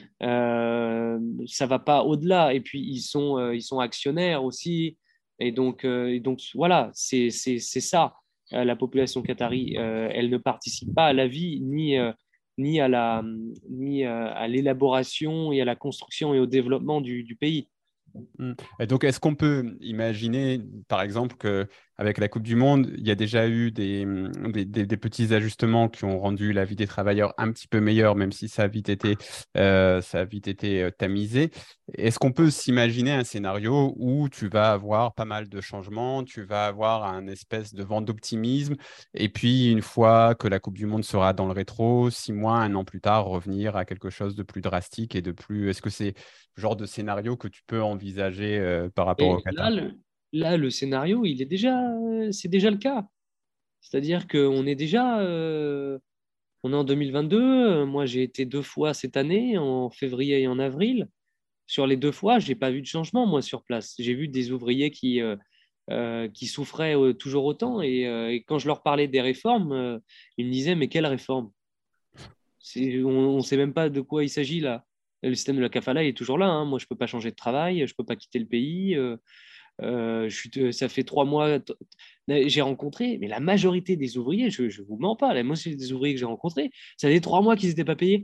Euh, ça ne va pas au-delà. Et puis, ils sont, euh, ils sont actionnaires aussi. Et donc, euh, et donc voilà, c'est, c'est, c'est ça. Euh, la population qatari, euh, elle ne participe pas à la vie ni, euh, ni, à, la, ni euh, à l'élaboration et à la construction et au développement du, du pays. Mm. Et donc, est-ce qu'on peut imaginer, par exemple, qu'avec la Coupe du Monde, il y a déjà eu des, des, des- des petits ajustements qui ont rendu la vie des travailleurs un petit peu meilleure, même si ça a vite été, euh, ça a vite été euh, tamisé. Est-ce qu'on peut s'imaginer un scénario où tu vas avoir pas mal de changements, tu vas avoir un espèce de vent d'optimisme, et puis une fois que la Coupe du Monde sera dans le rétro, six mois, un an plus tard, revenir à quelque chose de plus drastique et de plus... Est-ce que c'est genre de scénario que tu peux envisager euh, par rapport Et au là, Qatar? le, là, le scénario, il est déjà, euh, c'est déjà le cas. C'est-à-dire qu'on est déjà, euh, on est en deux mille vingt-deux. euh, Moi, j'ai été deux fois cette année, en février et en avril. Sur les deux fois, je n'ai pas vu de changement, moi, sur place. J'ai vu des ouvriers qui, euh, euh, qui souffraient euh, toujours autant. Et, euh, et quand je leur parlais des réformes, euh, ils me disaient, mais quelle réforme? C'est- On ne sait même pas de quoi il s'agit là. Le système de la kafala est toujours là, hein. Moi, je ne peux pas changer de travail, je ne peux pas quitter le pays. euh, euh, je suis, ça fait trois mois, t- j'ai rencontré, mais la majorité des ouvriers, je ne vous mens pas, la majorité des ouvriers que j'ai rencontrés, ça faisait trois mois qu'ils n'étaient pas payés.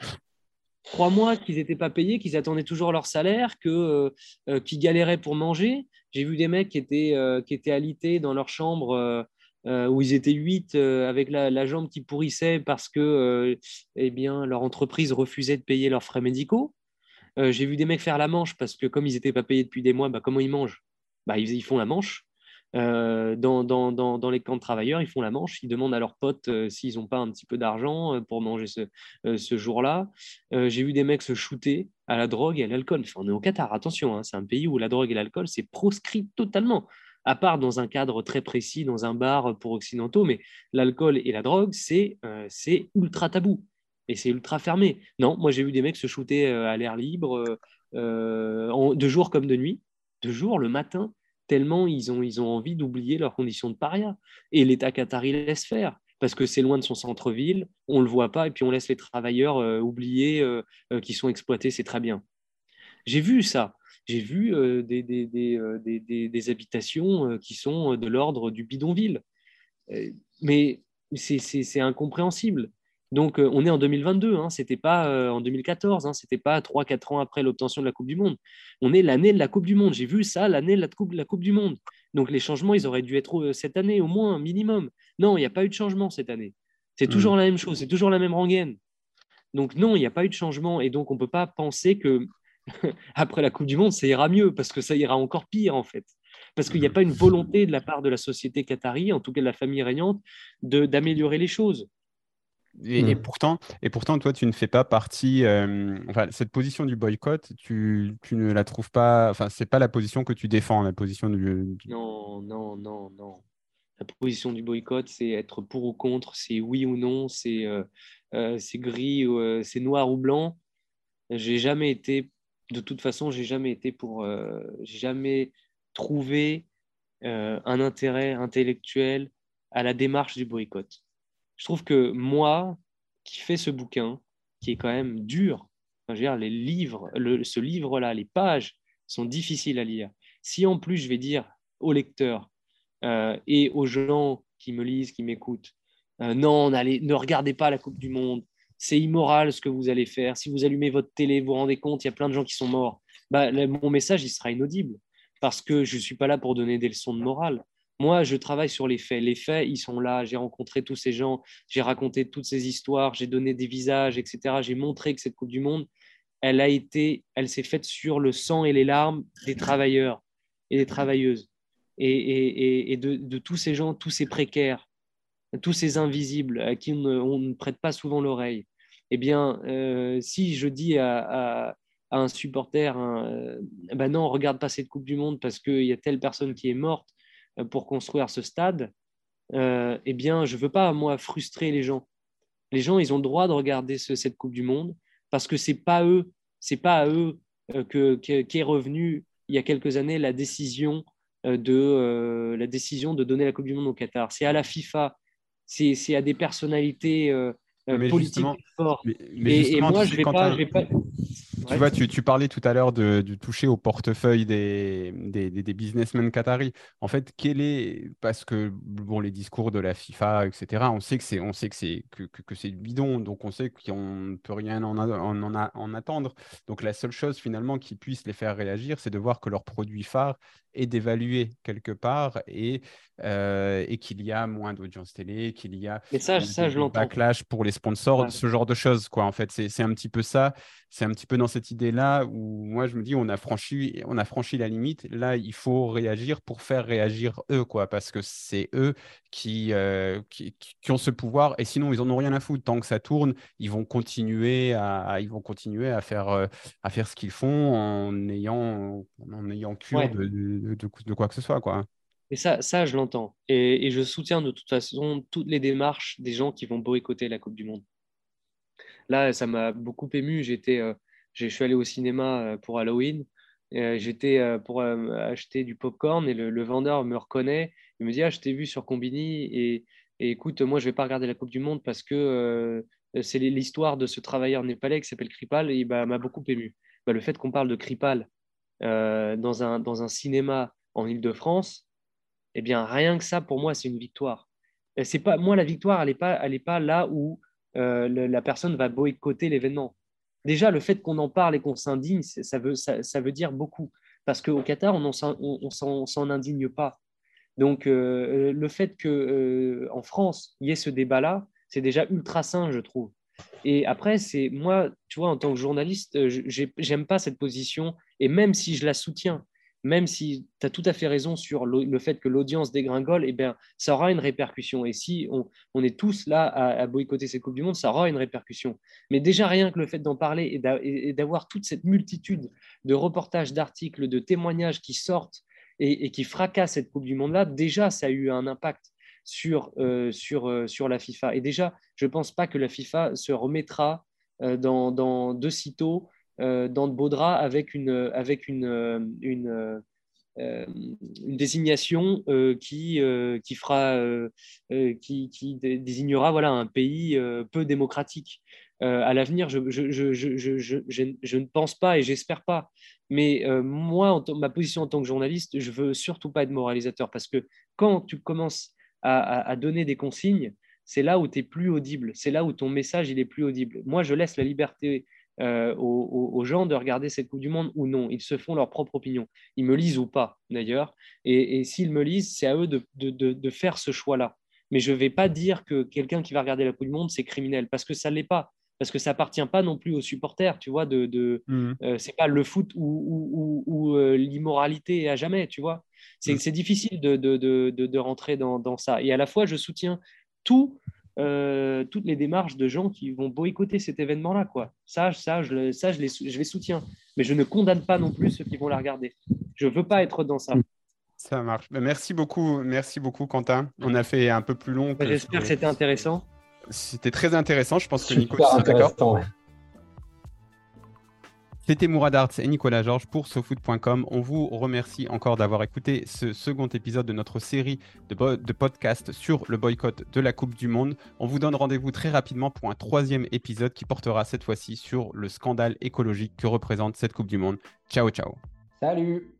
Trois mois qu'ils n'étaient pas payés, qu'ils attendaient toujours leur salaire, que, euh, euh, qu'ils galéraient pour manger. J'ai vu des mecs qui étaient, euh, qui étaient alités dans leur chambre euh, euh, où ils étaient huit euh, avec la, la jambe qui pourrissait parce que euh, eh bien, leur entreprise refusait de payer leurs frais médicaux. Euh, j'ai vu des mecs faire la manche parce que comme ils n'étaient pas payés depuis des mois, bah, comment ils mangent? Bah, ils, ils font la manche. Euh, dans, dans, dans, dans les camps de travailleurs, ils font la manche, ils demandent à leurs potes euh, s'ils n'ont pas un petit peu d'argent euh, pour manger ce, euh, ce jour-là. Euh, j'ai vu des mecs se shooter à la drogue et à l'alcool. Enfin, on est au Qatar, attention, hein, c'est un pays où la drogue et l'alcool, c'est proscrit totalement, à part dans un cadre très précis, dans un bar pour occidentaux, mais l'alcool et la drogue, c'est euh, c'est ultra tabou. Et c'est ultra fermé. Non, moi j'ai vu des mecs se shooter euh, à l'air libre, euh, euh, en- de jour comme de nuit, de jour, le matin, tellement ils ont, ils ont envie d'oublier leurs conditions de paria. Et l'État qatari laisse faire, parce que c'est loin de son centre-ville, on ne le voit pas, et puis on laisse les travailleurs euh, oublier euh, euh, qui sont exploités, c'est très bien. J'ai vu ça. J'ai vu euh, des, des, des, euh, des, des- des habitations euh, qui sont euh, de l'ordre du bidonville. Euh, mais c'est c'est- c'est incompréhensible. Donc, euh, on est en deux mille vingt-deux, hein, c'était pas euh, en deux mille quatorze, hein, c'était pas trois quatre ans après l'obtention de la Coupe du Monde. On est l'année de la Coupe du Monde. J'ai vu ça, l'année de la Coupe, la coupe du Monde. Donc, les changements, ils auraient dû être euh, cette année, au moins, minimum. Non, il n'y a pas eu de changement cette année. C'est Hmm. toujours la même chose, c'est toujours la même rengaine. Donc, non, il n'y a pas eu de changement. Et donc, on ne peut pas penser que après la Coupe du Monde, ça ira mieux, parce que ça ira encore pire, en fait. Parce qu'il n'y a pas une volonté de la part de la société qatari, en tout cas de la famille régnante, de, d'améliorer les choses. Et, et pourtant, et pourtant, toi, tu ne fais pas partie. Euh, enfin, cette position du boycott, tu, tu ne la trouves pas. Enfin, c'est pas la position que tu défends, la position du. du- Non, non, non, non. La position du boycott, c'est être pour ou contre, c'est oui ou non, c'est euh, euh, c'est gris, ou, euh, c'est noir ou blanc. J'ai jamais été, de toute façon, j'ai jamais été pour, euh, j'ai jamais trouvé euh, un intérêt intellectuel à la démarche du boycott. Je trouve que moi, qui fais ce bouquin, qui est quand même dur, enfin, je veux dire, les livres, le- ce livre-là, les pages sont difficiles à lire. Si en plus je vais dire aux lecteurs euh, et aux gens qui me lisent, qui m'écoutent, euh, non, n'allez- ne regardez pas la Coupe du Monde, c'est immoral ce que vous allez faire. Si vous allumez votre télé, vous vous rendez compte, il y a plein de gens qui sont morts. Bah, le- mon message, il sera inaudible parce que je ne suis pas là pour donner des leçons de morale. Moi, je travaille sur les faits. Les faits, ils sont là. J'ai rencontré tous ces gens, j'ai raconté toutes ces histoires, j'ai donné des visages, et cetera. J'ai montré que cette Coupe du Monde, elle a été, elle s'est faite sur le sang et les larmes des travailleurs et des travailleuses et, et, et- et de, de tous ces gens, tous ces précaires, tous ces invisibles à qui on ne, on ne prête pas souvent l'oreille. Eh bien, euh, si je dis à, à- à un supporter, un, euh, ben non, regarde pas cette Coupe du Monde parce qu'il y a telle personne qui est morte euh, pour construire ce stade, euh, eh bien, je veux pas, moi, frustrer les gens. Les gens, ils ont le droit de regarder ce- cette Coupe du Monde parce que c'est pas eux, c'est pas à eux euh, que, que- qu'est revenue il y a quelques années la décision euh, de euh, la décision de donner la Coupe du Monde au Qatar. C'est à la FIFA, c'est c'est à des personnalités euh, euh, Mais politiques justement, fortes. mais, mais Et, et justement, tu moi, je sais, vais pas, je Quentin, vais pas. tu Ouais. vois, tu, tu parlais tout à l'heure de, du toucher au portefeuille des, des, des, des businessmen qataris. En fait, quel est, parce que bon, les discours de la FIFA, et cetera, on sait que c'est, on sait que c'est que, que, que c'est du bidon, donc on sait qu'on ne peut rien en, a- en, en, a- en attendre. Donc la seule chose finalement qui puisse les faire réagir, c'est de voir que leur produit phare est d'évaluer quelque part et, euh, et qu'il y a moins d'audience télé, qu'il y a Mais ça, euh, ça, des, je des l'entends. backlash pour les sponsors, Ouais. ce genre de choses, quoi. En fait, c'est c'est un petit peu ça. C'est un petit peu dans cette idée-là où moi je me dis on a franchi, on a franchi la limite. Là, il faut réagir pour faire réagir eux, quoi, parce que c'est eux qui, euh, qui, qui ont ce pouvoir et sinon ils en ont rien à foutre. Tant que ça tourne, ils vont continuer à, à- ils vont continuer à faire, euh, à faire ce qu'ils font en ayant, en ayant cure Ouais. de, de, de- de quoi que ce soit, quoi. Et ça, ça, je l'entends. Et, et je soutiens de toute façon toutes les démarches des gens qui vont boycotter la Coupe du Monde. Là, ça m'a beaucoup ému. J'étais euh, je suis allé au cinéma pour Halloween. Euh, j'étais euh, pour euh, acheter du popcorn et le, le vendeur me reconnaît. Il me dit ah, je t'ai vu sur Combini et, et écoute, moi je vais pas regarder la Coupe du Monde parce que euh, c'est l'histoire de ce travailleur népalais qui s'appelle Kripal et bah, m'a beaucoup ému. Bah, le fait qu'on parle de Kripal euh, dans un, dans un cinéma en Île-de-France, eh bien rien que ça pour moi c'est une victoire. Et c'est pas moi la victoire, elle n'est pas, elle est pas là où euh, le, la personne va boycotter l'événement. Déjà, le fait qu'on en parle et qu'on s'indigne, ça veut, ça, ça veut dire beaucoup. Parce qu'au Qatar, on ne s'en indigne pas. Donc, euh, le fait qu'en euh, France, il y ait ce débat-là, c'est déjà ultra sain, je trouve. Et après, c'est moi, tu vois, en tant que journaliste, j'aime pas cette position. Et même si je la soutiens, même si tu as tout à fait raison sur le, le fait que l'audience dégringole, eh bien, ça aura une répercussion. Et si on, on est tous là à, à boycotter cette Coupe du Monde, ça aura une répercussion. Mais déjà, rien que le fait d'en parler et d'avoir toute cette multitude de reportages, d'articles, de témoignages qui sortent et, et qui fracassent cette Coupe du Monde-là, déjà, ça a eu un impact sur, euh, sur, euh, sur la FIFA. Et déjà, je ne pense pas que la FIFA se remettra euh, dans, dans, de sitôt euh, dans de beaux draps avec une, avec une, une, euh, une désignation euh, qui, euh, qui, fera, euh, qui, qui désignera voilà, un pays euh, peu démocratique. Euh, à l'avenir, je, je, je, je, je, je, je ne pense pas et j'espère pas. Mais euh, moi, en ma position en tant que journaliste, je veux surtout pas être moralisateur parce que quand tu commences à, à, à donner des consignes, c'est là où tu es plus audible, c'est là où ton message il est plus audible. Moi, je laisse la liberté euh, aux, aux gens de regarder cette Coupe du Monde ou non. Ils se font leur propre opinion. Ils me lisent ou pas, d'ailleurs. Et, et s'ils me lisent, c'est à eux de, de, de, de faire ce choix-là. Mais je ne vais pas dire que quelqu'un qui va regarder la Coupe du Monde, c'est criminel, parce que ça ne l'est pas. Parce que ça appartient pas non plus aux supporters, tu vois. De, de, mmh. euh, c'est pas le foot ou, ou, ou, ou euh, l'immoralité à jamais, tu vois. C'est, mmh. c'est difficile de, de, de, de rentrer dans, dans ça. Et à la fois, je soutiens tout, euh, toutes les démarches de gens qui vont boycotter cet événement-là, quoi. Ça, ça, je, ça je, les, je les soutiens. Mais je ne condamne pas non plus ceux qui vont la regarder. Je veux pas être dans ça. Ça marche. Merci beaucoup, merci beaucoup, Quentin. On a fait un peu plus long. Que J'espère que c'était intéressant. C'était très intéressant, je pense que Super Nico sera d'accord. Ouais. C'était Mourad Arts et Nicolas Georges pour sofoot point com. On vous remercie encore d'avoir écouté ce second épisode de notre série de, bo- de podcasts sur le boycott de la Coupe du Monde. On vous donne rendez-vous très rapidement pour un troisième épisode qui portera cette fois-ci sur le scandale écologique que représente cette Coupe du Monde. Ciao, ciao. Salut.